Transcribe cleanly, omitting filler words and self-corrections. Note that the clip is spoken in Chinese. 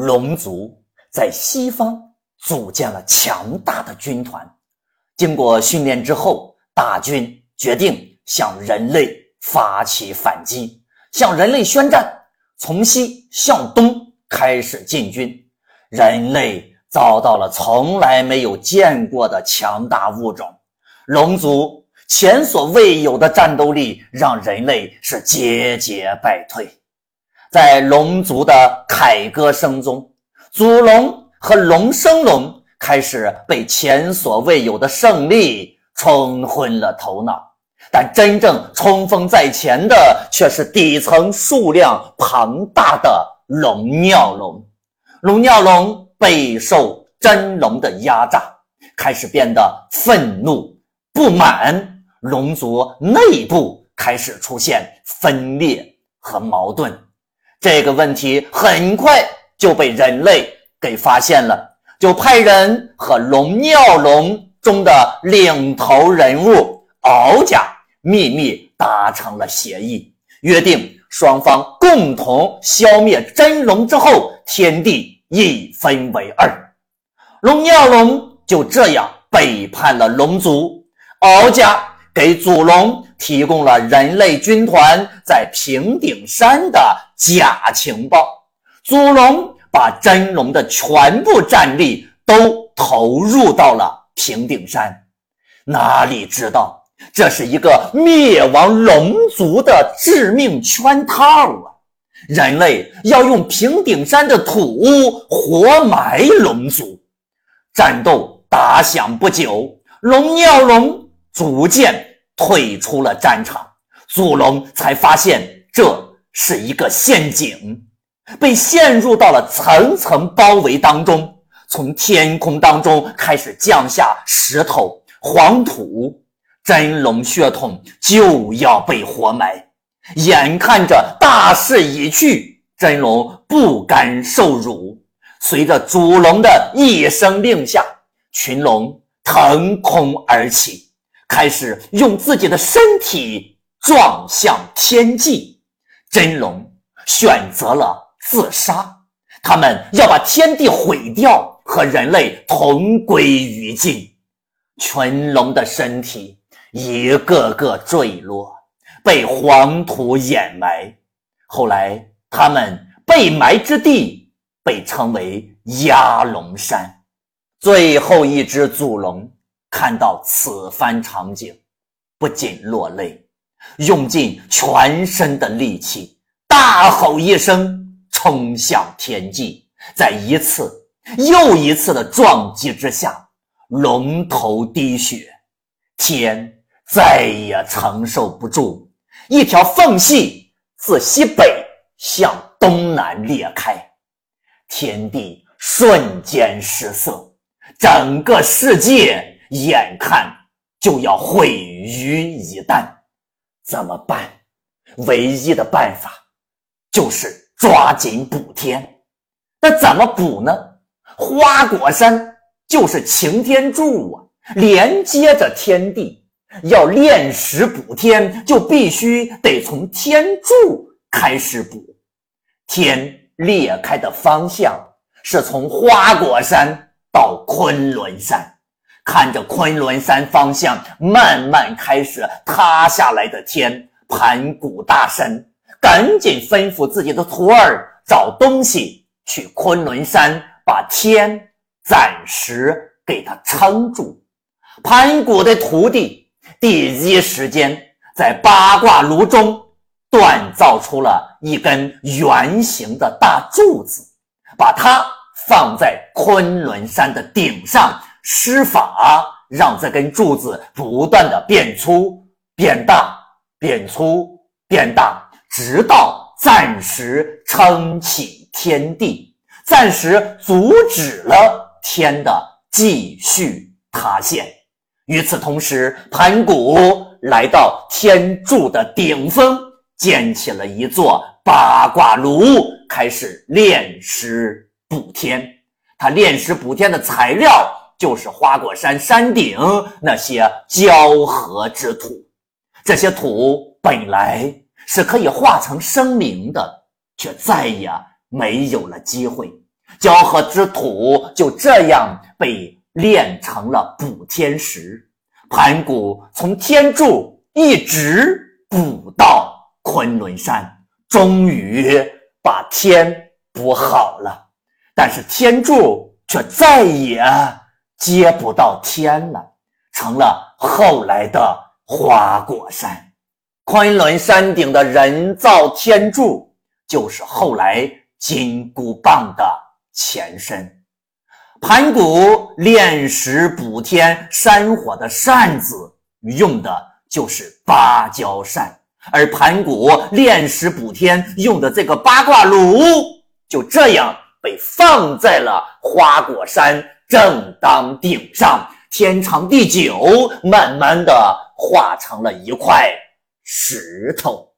龙族在西方组建了强大的军团，经过训练之后，大军决定向人类发起反击，向人类宣战，从西向东开始进军。人类遭到了从来没有见过的强大物种，龙族前所未有的战斗力让人类是节节败退。在龙族的凯歌声中，祖龙和龙生龙开始被前所未有的胜利冲昏了头脑，但真正冲锋在前的却是底层数量庞大的龙尿龙。龙尿龙备受真龙的压榨，开始变得愤怒不满，龙族内部开始出现分裂和矛盾。这个问题很快就被人类给发现了，就派人和龙尿龙中的领头人物敖甲秘密达成了协议，约定双方共同消灭真龙之后，天地一分为二。龙尿龙就这样背叛了龙族，敖甲给祖龙提供了人类军团在平顶山的假情报，祖龙把真龙的全部战力都投入到了平顶山，哪里知道这是一个灭亡龙族的致命圈套啊！人类要用平顶山的土活埋龙族。战斗打响不久，龙尿龙逐渐退出了战场，祖龙才发现这是一个陷阱，被陷入到了层层包围当中。从天空当中开始降下石头、黄土，真龙血统就要被活埋。眼看着大势已去，真龙不甘受辱，随着主龙的一声令下，群龙腾空而起，开始用自己的身体撞向天际。真龙选择了自杀，他们要把天地毁掉，和人类同归于尽。群龙的身体一个个坠落，被黄土掩埋。后来他们被埋之地被称为压龙山。最后一只祖龙看到此番场景，不仅落泪，用尽全身的力气，大吼一声，冲向天际。在一次又一次的撞击之下，龙头滴血，天再也承受不住，一条缝隙自西北向东南裂开，天地瞬间失色，整个世界眼看就要毁于一旦。怎么办？唯一的办法就是抓紧补天。那怎么补呢？花果山就是擎天柱啊，连接着天地，要炼石补天，就必须得从天柱开始补。天裂开的方向是从花果山到昆仑山，看着昆仑山方向慢慢开始塌下来的天，盘古大神赶紧吩咐自己的徒儿找东西去昆仑山，把天暂时给它撑住。盘古的徒弟第一时间在八卦炉中锻造出了一根圆形的大柱子，把它放在昆仑山的顶上，施法让这根柱子不断的变粗、变大、变粗、变大，直到暂时撑起天地，暂时阻止了天的继续塌陷。与此同时，盘古来到天柱的顶峰，建起了一座八卦炉，开始炼石补天。他炼石补天的材料就是花果山山顶那些交合之土，这些土本来是可以化成生灵的，却再也没有了机会。 交河之土就这样被炼成了补天石，盘古从天柱一直补到昆仑山，终于把天补好了。但是天柱却再也接不到天了，成了后来的花果山。昆仑山顶的人造天柱就是后来金箍棒的前身。盘古炼石补天山火的扇子用的就是芭蕉扇，而盘古炼石补天用的这个八卦炉就这样被放在了花果山正当顶上，天长地久，慢慢的化成了一块石头。